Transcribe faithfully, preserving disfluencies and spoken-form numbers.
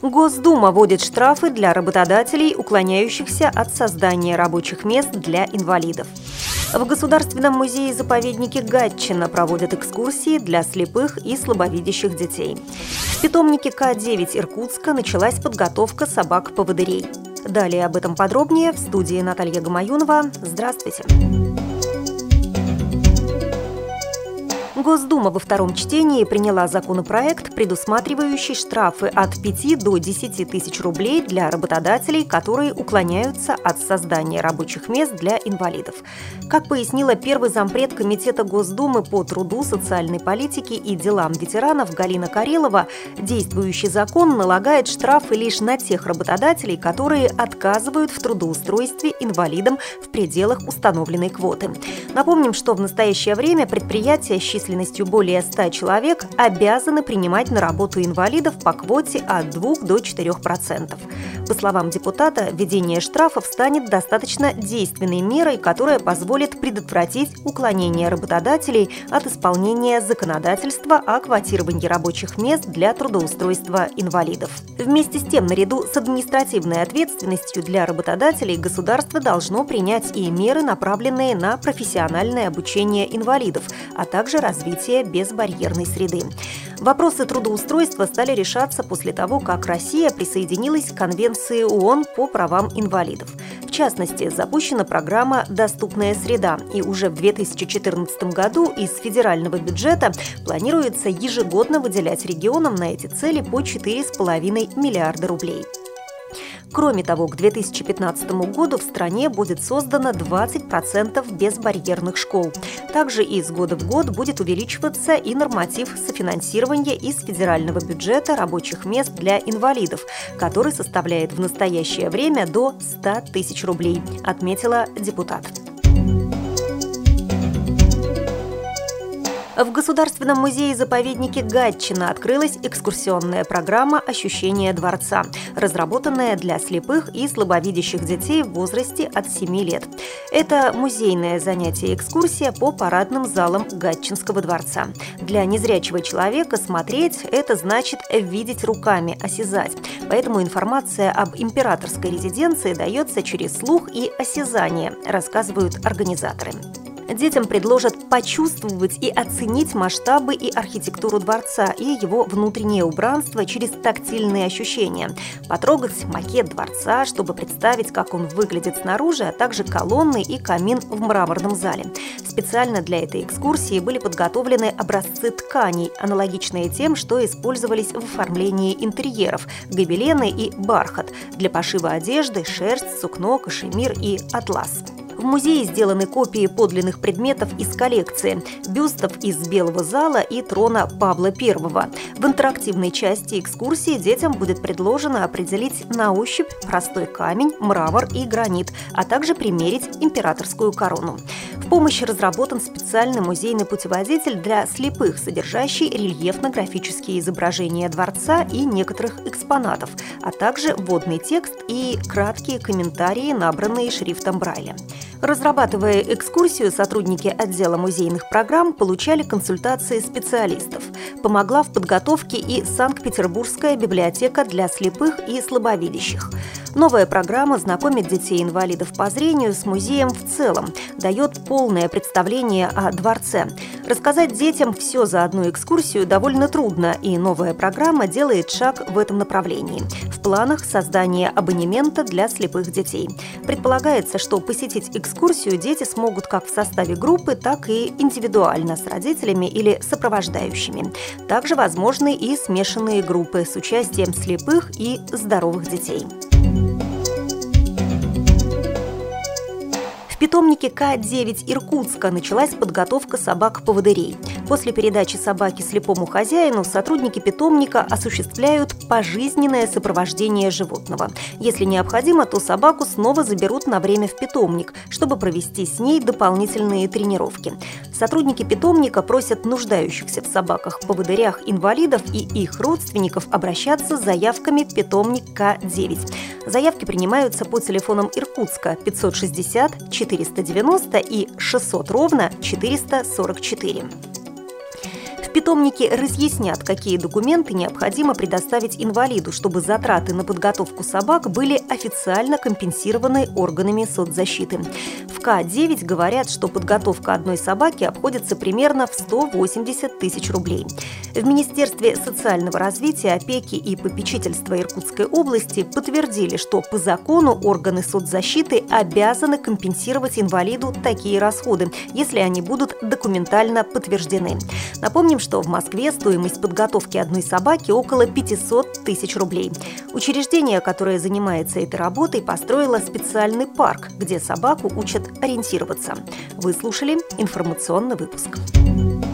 Госдума вводит штрафы для работодателей, уклоняющихся от создания рабочих мест для инвалидов. В Государственном музее-заповеднике Гатчина проводят экскурсии для слепых и слабовидящих детей. В питомнике Ка девять Иркутска началась подготовка собак-поводырей. Далее об этом подробнее в студии Наталья Гамаюнова. Здравствуйте! Госдума во втором чтении приняла законопроект, предусматривающий штрафы от пяти до десяти тысяч рублей для работодателей, которые уклоняются от создания рабочих мест для инвалидов. Как пояснила первый зампред Комитета Госдумы по труду, социальной политике и делам ветеранов Галина Карелова, действующий закон налагает штрафы лишь на тех работодателей, которые отказывают в трудоустройстве инвалидам в пределах установленной квоты. Напомним, что в настоящее время предприятия с численностью более ста человек обязаны принимать на работу инвалидов по квоте от двух до четырёх процентов. По словам депутата, введение штрафов станет достаточно действенной мерой, которая позволит предотвратить уклонение работодателей от исполнения законодательства о квотировании рабочих мест для трудоустройства инвалидов. Вместе с тем, наряду с административной ответственностью для работодателей, государство должно принять и меры, направленные на профессиональное обучение инвалидов, а также развитие безбарьерной среды. Вопросы трудоустройства стали решаться после того, как Россия присоединилась к Конвенции ООН по правам инвалидов. В частности, запущена программа «Доступная среда», и уже в две тысячи четырнадцатом году из федерального бюджета планируется ежегодно выделять регионам на эти цели по четыре с половиной миллиарда рублей. Кроме того, к две тысячи пятнадцатому году в стране будет создано двадцать процентов безбарьерных школ. Также из года в год будет увеличиваться и норматив софинансирования из федерального бюджета рабочих мест для инвалидов, который составляет в настоящее время до ста тысяч рублей, отметила депутат. В Государственном музее-заповеднике Гатчина открылась экскурсионная программа «Ощущение дворца», разработанная для слепых и слабовидящих детей в возрасте от семи лет. Это музейное занятие-экскурсия по парадным залам Гатчинского дворца. Для незрячего человека смотреть – это значит видеть руками, осязать. Поэтому информация об императорской резиденции дается через слух и осязание, рассказывают организаторы. Детям предложат почувствовать и оценить масштабы и архитектуру дворца и его внутреннее убранство через тактильные ощущения, потрогать макет дворца, чтобы представить, как он выглядит снаружи, а также колонны и камин в мраморном зале. Специально для этой экскурсии были подготовлены образцы тканей, аналогичные тем, что использовались в оформлении интерьеров – гобелены и бархат, для пошива одежды – шерсть, сукно, кашемир и атлас. В музее сделаны копии подлинных предметов из коллекции – бюстов из Белого зала и трона Павла Первого. В интерактивной части экскурсии детям будет предложено определить на ощупь простой камень, мрамор и гранит, а также примерить императорскую корону. В помощь разработан специальный музейный путеводитель для слепых, содержащий рельефно-графические изображения дворца и некоторых экспонатов, а также вводный текст и краткие комментарии, набранные шрифтом Брайля. Разрабатывая экскурсию, сотрудники отдела музейных программ получали консультации специалистов. Помогла в подготовке и Санкт-Петербургская библиотека для слепых и слабовидящих. Новая программа знакомит детей-инвалидов по зрению с музеем в целом, дает полное представление о дворце. Рассказать детям все за одну экскурсию довольно трудно, и новая программа делает шаг в этом направлении. В планах создание абонемента для слепых детей. Предполагается, что посетить экскурсию дети смогут как в составе группы, так и индивидуально с родителями или сопровождающими. Также возможны и смешанные группы с участием слепых и здоровых детей. В питомнике Ка девять Иркутска началась подготовка собак-поводырей. После передачи собаки слепому хозяину сотрудники питомника осуществляют пожизненное сопровождение животного. Если необходимо, то собаку снова заберут на время в питомник, чтобы провести с ней дополнительные тренировки. Сотрудники питомника просят нуждающихся в собаках-поводырях инвалидов и их родственников обращаться с заявками в питомник Ка девять. Заявки принимаются по телефонам Иркутска пятьсот шестьдесят четыреста девяносто и шестьсот ровно четыреста сорок четыре. В В питомнике разъяснят, какие документы необходимо предоставить инвалиду, чтобы затраты на подготовку собак были официально компенсированы органами соцзащиты. В Ка девять говорят, что подготовка одной собаки обходится примерно в сто восемьдесят тысяч рублей. В Министерстве социального развития, опеки и попечительства Иркутской области подтвердили, что по закону органы соцзащиты обязаны компенсировать инвалиду такие расходы, если они будут документально подтверждены. Напомним, что в Москве стоимость подготовки одной собаки около пятьсот тысяч рублей. Учреждение, которое занимается этой работой, построило специальный парк, где собаку учат ориентироваться. Вы слушали информационный выпуск.